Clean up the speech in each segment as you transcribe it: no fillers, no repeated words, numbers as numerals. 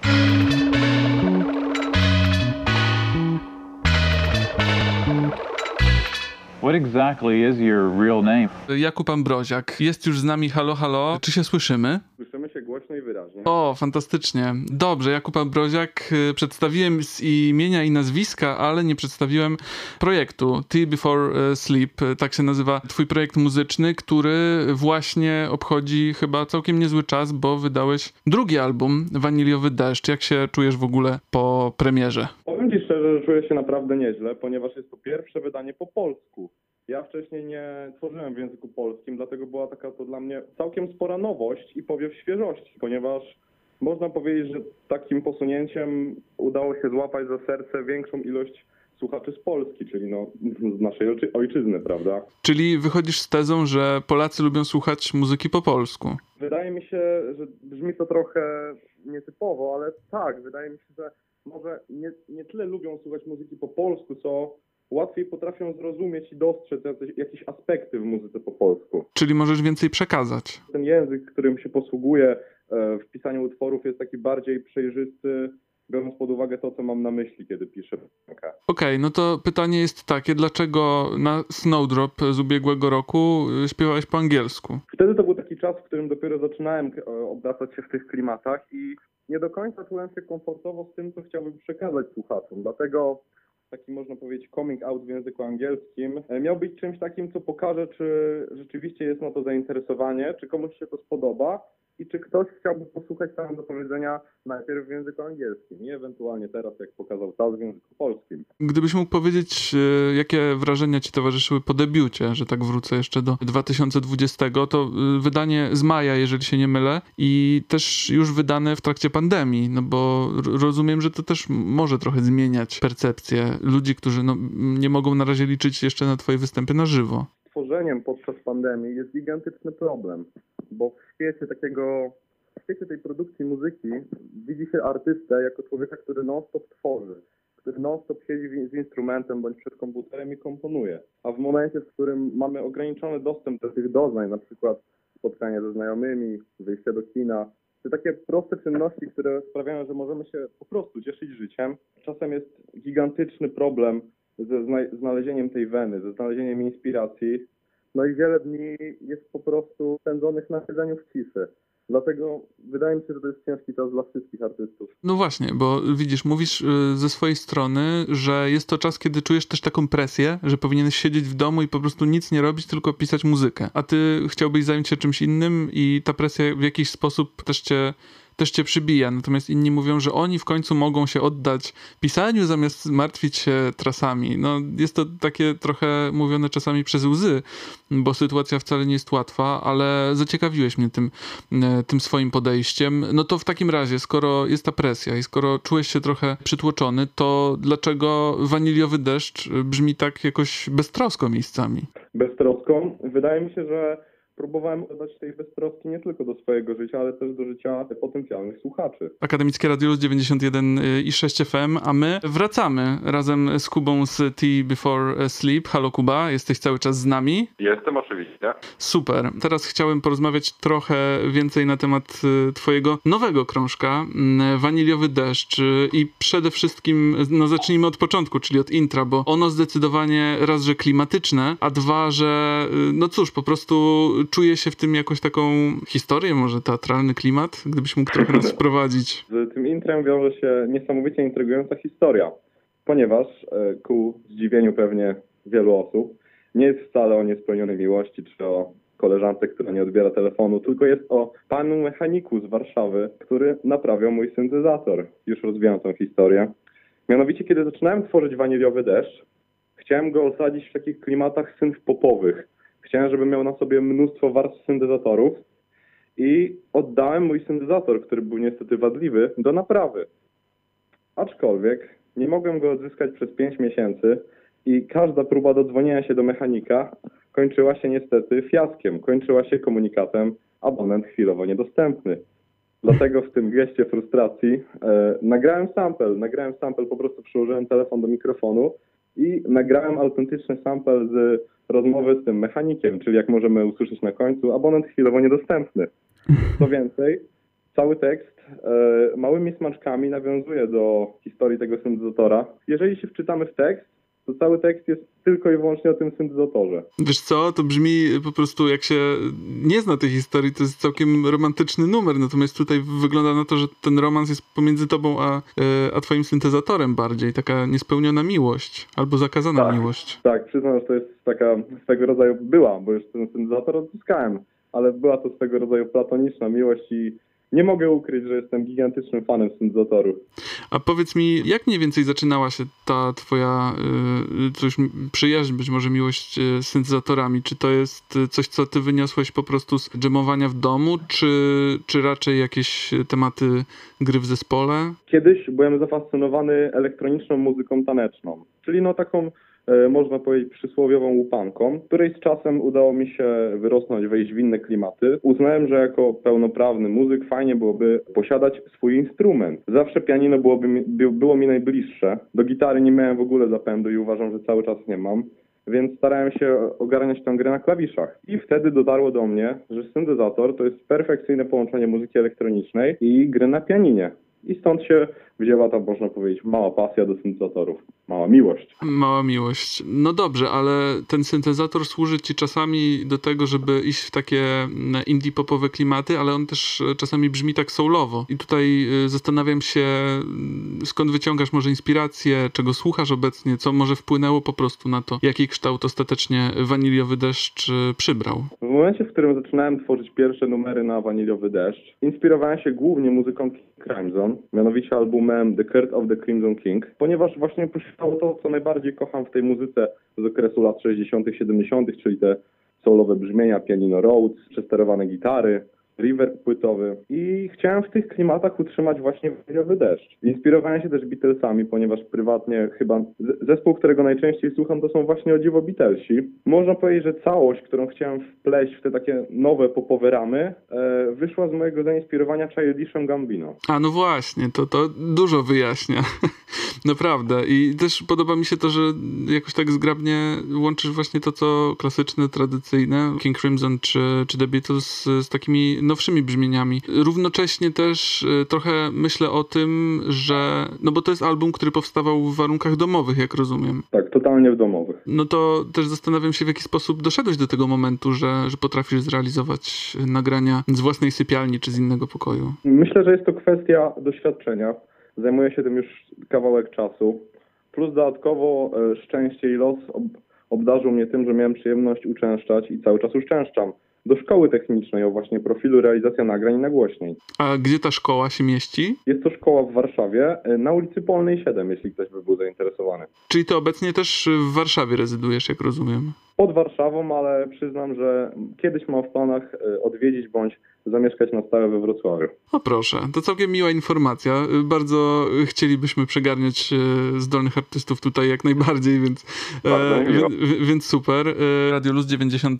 What exactly is your real name? Jakub Ambroziak. Jest już z nami. Halo, halo. Czy się słyszymy? Słyszymy się głośno i wyraźnie. O, fantastycznie. Dobrze, Jakub Ambroziak. Przedstawiłem z imienia i nazwiska, ale nie przedstawiłem projektu Tea Before Sleep. Tak się nazywa twój projekt muzyczny, który właśnie obchodzi chyba całkiem niezły czas, bo wydałeś drugi album, Waniliowy Deszcz. Jak się czujesz w ogóle po premierze? Powiem ci szczerze, że czuję się naprawdę nieźle, ponieważ jest to pierwsze wydanie po polsku. Ja wcześniej nie tworzyłem w języku polskim, dlatego była taka to dla mnie całkiem spora nowość i powiew świeżości, ponieważ można powiedzieć, że takim posunięciem udało się złapać za serce większą ilość słuchaczy z Polski, czyli z naszej ojczyzny, prawda? Czyli wychodzisz z tezą, że Polacy lubią słuchać muzyki po polsku. Wydaje mi się, że brzmi to trochę nietypowo, ale tak, wydaje mi się, że może nie tyle lubią słuchać muzyki po polsku, co łatwiej potrafią zrozumieć i dostrzec jakieś aspekty w muzyce po polsku. Czyli możesz więcej przekazać. Ten język, którym się posługuję w pisaniu utworów, jest taki bardziej przejrzysty, biorąc pod uwagę to, co mam na myśli, kiedy piszę piosenkę. Okej, no to pytanie jest takie, dlaczego na Snowdrop z ubiegłego roku śpiewałeś po angielsku? Wtedy to był taki czas, w którym dopiero zaczynałem obracać się w tych klimatach i nie do końca czułem się komfortowo z tym, co chciałbym przekazać słuchaczom. Dlatego taki, można powiedzieć, coming out w języku angielskim miał być czymś takim, co pokaże, czy rzeczywiście jest na to zainteresowanie, czy komuś się to spodoba i czy ktoś chciałby posłuchać samego do powiedzenia najpierw w języku angielskim i ewentualnie teraz, jak pokazał czas, w języku polskim. Gdybyś mógł powiedzieć, jakie wrażenia ci towarzyszyły po debiucie, że tak wrócę jeszcze do 2020, to wydanie z maja, jeżeli się nie mylę, i też już wydane w trakcie pandemii, no bo rozumiem, że to też może trochę zmieniać percepcję ludzi, którzy nie mogą na razie liczyć jeszcze na twoje występy na żywo. Tworzeniem podczas pandemii jest gigantyczny problem, bo w świecie tej produkcji muzyki widzi się artystę jako człowieka, który non-stop tworzy, który non-stop siedzi z instrumentem bądź przed komputerem i komponuje. A w momencie, w którym mamy ograniczony dostęp do tych doznań, na przykład spotkanie ze znajomymi, wyjście do kina, to takie proste czynności, które sprawiają, że możemy się po prostu cieszyć życiem, czasem jest gigantyczny problem ze znalezieniem tej weny, ze znalezieniem inspiracji. No i wiele dni jest po prostu spędzonych na siedzeniu w ciszy. Dlatego wydaje mi się, że to jest ciężki czas dla wszystkich artystów. No właśnie, bo widzisz, mówisz ze swojej strony, że jest to czas, kiedy czujesz też taką presję, że powinieneś siedzieć w domu i po prostu nic nie robić, tylko pisać muzykę. A ty chciałbyś zająć się czymś innym i ta presja w jakiś sposób też cię przybija. Natomiast inni mówią, że oni w końcu mogą się oddać pisaniu zamiast martwić się trasami. No, jest to takie trochę mówione czasami przez łzy, bo sytuacja wcale nie jest łatwa, ale zaciekawiłeś mnie tym swoim podejściem. No to w takim razie, skoro jest ta presja i skoro czułeś się trochę przytłoczony, to dlaczego Waniliowy Deszcz brzmi tak jakoś beztrosko miejscami? Beztroską? Wydaje mi się, że próbowałem dodać tej beztroski nie tylko do swojego życia, ale też do życia potencjalnych słuchaczy. Akademickie Radio z 91,6 FM, a my wracamy razem z Kubą z Tea Before Sleep. Halo Kuba, jesteś cały czas z nami? Jestem oczywiście. Super. Teraz chciałem porozmawiać trochę więcej na temat twojego nowego krążka, Waniliowy Deszcz, i przede wszystkim zacznijmy od początku, czyli od intra, bo ono zdecydowanie raz, że klimatyczne, a dwa, że no cóż, po prostu czuję się w tym jakąś taką historię, może teatralny klimat, gdybyś mógł trochę nas wprowadzić. Z tym intrem wiąże się niesamowicie intrygująca historia, ponieważ ku zdziwieniu pewnie wielu osób nie jest wcale o niespełnionej miłości czy o koleżance, która nie odbiera telefonu, tylko jest o panu mechaniku z Warszawy, który naprawiał mój syntezator. Już rozwijam tę historię. Mianowicie, kiedy zaczynałem tworzyć Waniliowy Deszcz, chciałem go osadzić w takich klimatach synth-popowych. Chciałem, żeby miał na sobie mnóstwo warstw syntezatorów i oddałem mój syntezator, który był niestety wadliwy, do naprawy. Aczkolwiek nie mogłem go odzyskać przez 5 miesięcy i każda próba dodzwonienia się do mechanika kończyła się niestety fiaskiem. Kończyła się komunikatem: abonent chwilowo niedostępny. Dlatego w tym geście frustracji nagrałem sample, po prostu przyłożyłem telefon do mikrofonu i nagrałem autentyczny sample z rozmowy z tym mechanikiem, czyli jak możemy usłyszeć na końcu, abonent chwilowo niedostępny. Co więcej, Cały tekst małymi smaczkami nawiązuje do historii tego syntezatora. Jeżeli się wczytamy w tekst, to cały tekst jest tylko i wyłącznie o tym syntezatorze. Wiesz co, to brzmi po prostu, jak się nie zna tej historii, to jest całkiem romantyczny numer, natomiast tutaj wygląda na to, że ten romans jest pomiędzy tobą a twoim syntezatorem bardziej, taka niespełniona miłość, albo zakazana miłość. Tak, przyznam, że to jest taka swego rodzaju była, bo już ten syntezator odzyskałem, ale była to swego rodzaju platoniczna miłość i nie mogę ukryć, że jestem gigantycznym fanem syntezatorów. A powiedz mi, jak mniej więcej zaczynała się ta twoja przyjaźń, być może miłość z syntezatorami? Czy to jest coś, co ty wyniosłeś po prostu z dżemowania w domu, czy raczej jakieś tematy gry w zespole? Kiedyś byłem zafascynowany elektroniczną muzyką taneczną, czyli taką, można powiedzieć, przysłowiową łupanką, której z czasem udało mi się wyrosnąć, wejść w inne klimaty. Uznałem, że jako pełnoprawny muzyk fajnie byłoby posiadać swój instrument. Zawsze pianino było mi najbliższe. Do gitary nie miałem w ogóle zapędu i uważam, że cały czas nie mam. Więc starałem się ogarniać tę grę na klawiszach. I wtedy dotarło do mnie, że syntezator to jest perfekcyjne połączenie muzyki elektronicznej i gry na pianinie. I stąd się wzięła ta, można powiedzieć, mała pasja do syntezatorów. Mała miłość. Mała miłość. No dobrze, ale ten syntezator służy ci czasami do tego, żeby iść w takie indie popowe klimaty, ale on też czasami brzmi tak soulowo. I tutaj zastanawiam się, skąd wyciągasz może inspirację, czego słuchasz obecnie, co może wpłynęło po prostu na to, jaki kształt ostatecznie Waniliowy Deszcz przybrał. W momencie, w którym zaczynałem tworzyć pierwsze numery na Waniliowy Deszcz, inspirowałem się głównie muzyką Crimson, mianowicie albumem The Curse of the Crimson King, ponieważ właśnie posiadało to, co najbardziej kocham w tej muzyce z okresu lat 60., 70., czyli te soulowe brzmienia, pianino Rhodes, przesterowane gitary, reverb płytowy i chciałem w tych klimatach utrzymać właśnie Waniliowy Deszcz. Inspirowałem się też Beatlesami, ponieważ prywatnie chyba zespół, którego najczęściej słucham, to są właśnie o dziwo Beatlesi. Można powiedzieć, że całość, którą chciałem wpleść w te takie nowe popowe ramy, wyszła z mojego zainspirowania Childishem Gambino. A no właśnie, to dużo wyjaśnia. Naprawdę. I też podoba mi się to, że jakoś tak zgrabnie łączysz właśnie to, co klasyczne, tradycyjne, King Crimson czy The Beatles z takimi nowszymi brzmieniami. Równocześnie też trochę myślę o tym, że, no bo to jest album, który powstawał w warunkach domowych, jak rozumiem. Tak, totalnie w domowych. No to też zastanawiam się, w jaki sposób doszedłeś do tego momentu, że potrafisz zrealizować nagrania z własnej sypialni czy z innego pokoju. Myślę, że jest to kwestia doświadczenia. Zajmuję się tym już kawałek czasu. Plus dodatkowo szczęście i los obdarzył mnie tym, że miałem przyjemność uczęszczać i cały czas uczęszczam do szkoły technicznej o właśnie profilu realizacja nagrań nagłośnień. A gdzie ta szkoła się mieści? Jest to szkoła w Warszawie, na ulicy Polnej 7, jeśli ktoś by był zainteresowany. Czyli ty obecnie też w Warszawie rezydujesz, jak rozumiem. Pod Warszawą, ale przyznam, że kiedyś mam w planach odwiedzić bądź zamieszkać na stałe we Wrocławiu. O proszę, to całkiem miła informacja. Bardzo chcielibyśmy przegarniać zdolnych artystów tutaj jak najbardziej, więc super. Radio Luz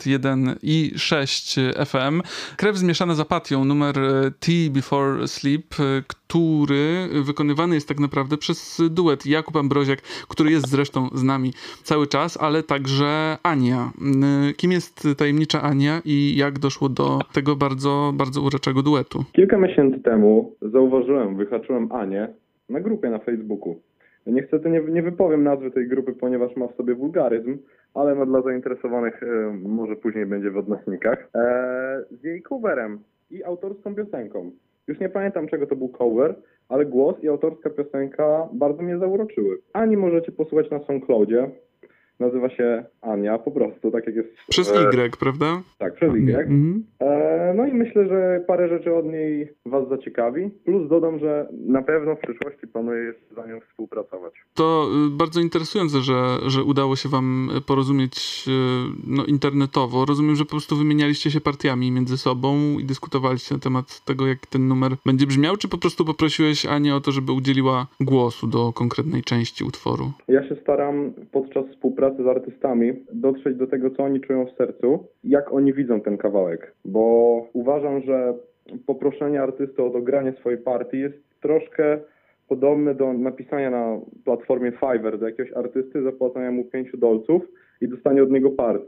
91,6 FM. Krew zmieszana z apatią, numer Tea Before Sleep, który wykonywany jest tak naprawdę przez duet Jakub Ambroziak, który jest zresztą z nami cały czas, ale także Ania. Kim jest tajemnicza Ania i jak doszło do tego bardzo, bardzo uroczego duetu? Kilka miesięcy temu wyhaczyłem Anię na grupie na Facebooku. Niestety nie wypowiem nazwy tej grupy, ponieważ ma w sobie wulgaryzm, ale dla zainteresowanych może później będzie w odnośnikach. Z jej coverem i autorską piosenką. Już nie pamiętam, czego to był cover, ale głos i autorska piosenka bardzo mnie zauroczyły. Ani możecie posłuchać na SoundCloudzie. Nazywa się Ania, po prostu, tak jak jest... Przez Y, prawda? Tak, przez Y. No i myślę, że parę rzeczy od niej was zaciekawi. Plus dodam, że na pewno w przyszłości planuję jeszcze z nią współpracować. To bardzo interesujące, że udało się wam porozumieć internetowo. Rozumiem, że po prostu wymienialiście się partiami między sobą i dyskutowaliście na temat tego, jak ten numer będzie brzmiał, czy po prostu poprosiłeś Anię o to, żeby udzieliła głosu do konkretnej części utworu? Ja się staram podczas współpracy z artystami dotrzeć do tego, co oni czują w sercu, jak oni widzą ten kawałek, bo uważam, że poproszenie artysty o dogranie swojej partii jest troszkę podobne do napisania na platformie Fiverr do jakiegoś artysty, zapłacenia mu $5 i dostania od niego partii.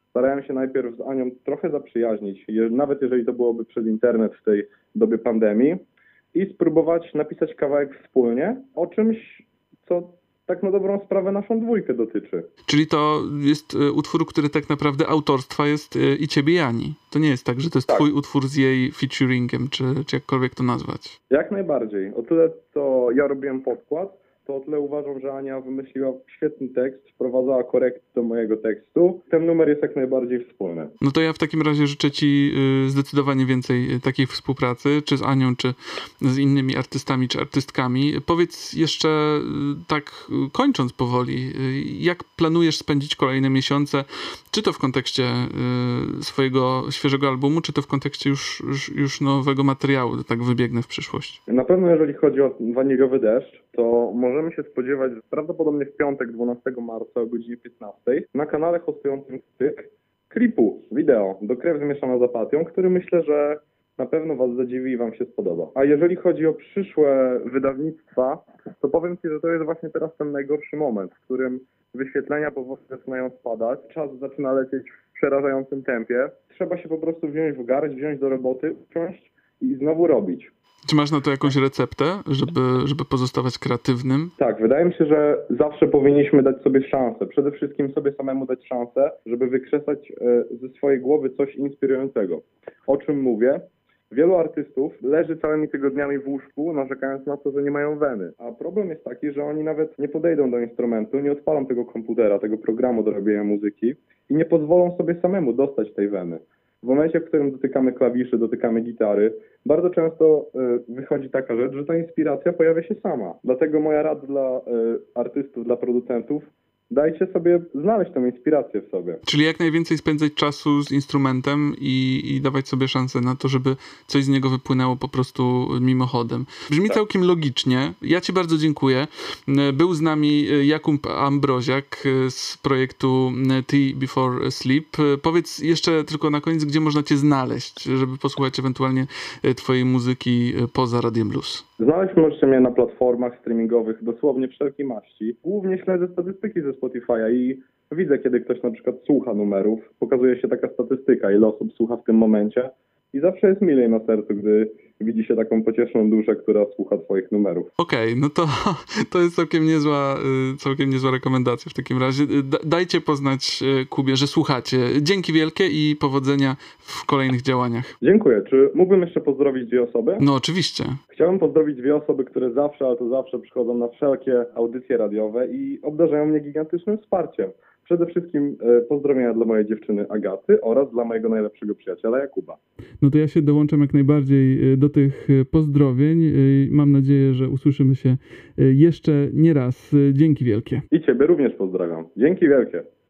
starałem się najpierw z Anią trochę zaprzyjaźnić, nawet jeżeli to byłoby przez internet w tej dobie pandemii, i spróbować napisać kawałek wspólnie o czymś, co tak na dobrą sprawę naszą dwójkę dotyczy. Czyli to jest utwór, który tak naprawdę autorstwa jest i ciebie, i Ani. To nie jest tak, że to jest Tak. twój utwór z jej featuringiem, czy jakkolwiek to nazwać. Jak najbardziej. O tyle, co ja robiłem podkład, to o tyle uważam, że Ania wymyśliła świetny tekst, wprowadzała korekty do mojego tekstu. Ten numer jest jak najbardziej wspólny. No to ja w takim razie życzę ci zdecydowanie więcej takiej współpracy, czy z Anią, czy z innymi artystami, czy artystkami. Powiedz jeszcze tak kończąc powoli, jak planujesz spędzić kolejne miesiące, czy to w kontekście swojego świeżego albumu, czy to w kontekście już nowego materiału, tak wybiegnę w przyszłość? Na pewno jeżeli chodzi o Waniliowy deszcz, to możemy się spodziewać prawdopodobnie w piątek 12 marca o godzinie 15 na kanale hostującym Styk klipu, wideo do Krew zmieszana z apatią, który myślę, że na pewno Was zadziwi i Wam się spodoba. A jeżeli chodzi o przyszłe wydawnictwa, to powiem Ci, że to jest właśnie teraz ten najgorszy moment, w którym wyświetlenia powoli zaczynają spadać, czas zaczyna lecieć w przerażającym tempie. Trzeba się po prostu wziąć w garść, wziąć do roboty, usiąść i znowu robić. Czy masz na to jakąś receptę, żeby pozostawać kreatywnym? Tak, wydaje mi się, że zawsze powinniśmy dać sobie szansę. Przede wszystkim sobie samemu dać szansę, żeby wykrzesać ze swojej głowy coś inspirującego. O czym mówię? Wielu artystów leży całymi tygodniami w łóżku, narzekając na to, że nie mają weny. A problem jest taki, że oni nawet nie podejdą do instrumentu, nie odpalą tego komputera, tego programu do robienia muzyki i nie pozwolą sobie samemu dostać tej weny. W momencie, w którym dotykamy klawiszy, dotykamy gitary, bardzo często wychodzi taka rzecz, że ta inspiracja pojawia się sama. Dlatego moja rada dla artystów, dla producentów: dajcie sobie znaleźć tę inspirację w sobie. Czyli jak najwięcej spędzać czasu z instrumentem i dawać sobie szansę na to, żeby coś z niego wypłynęło po prostu mimochodem. Brzmi całkiem logicznie. Ja ci bardzo dziękuję. Był z nami Jakub Ambroziak z projektu Tea Before Sleep. Powiedz jeszcze tylko na koniec, gdzie można cię znaleźć, żeby posłuchać ewentualnie twojej muzyki poza Radiem Blues. Znaleźć możecie mnie na platformach streamingowych dosłownie wszelkiej maści. Głównie śledzę statystyki ze Spotify'a i widzę, kiedy ktoś na przykład słucha numerów. Pokazuje się taka statystyka, ile osób słucha w tym momencie. I zawsze jest milej na sercu, gdy widzi się taką pocieszną duszę, która słucha twoich numerów. Okej, no to jest całkiem niezła rekomendacja w takim razie. Dajcie poznać Kubie, że słuchacie. Dzięki wielkie i powodzenia w kolejnych działaniach. Dziękuję. Czy mógłbym jeszcze pozdrowić dwie osoby? No oczywiście. Chciałbym pozdrowić dwie osoby, które zawsze, ale to zawsze przychodzą na wszelkie audycje radiowe i obdarzają mnie gigantycznym wsparciem. Przede wszystkim pozdrowienia dla mojej dziewczyny Agaty oraz dla mojego najlepszego przyjaciela Jakuba. No to ja się dołączam jak najbardziej do tych pozdrowień. Mam nadzieję, że usłyszymy się jeszcze nie raz. Dzięki wielkie. I Ciebie również pozdrawiam. Dzięki wielkie.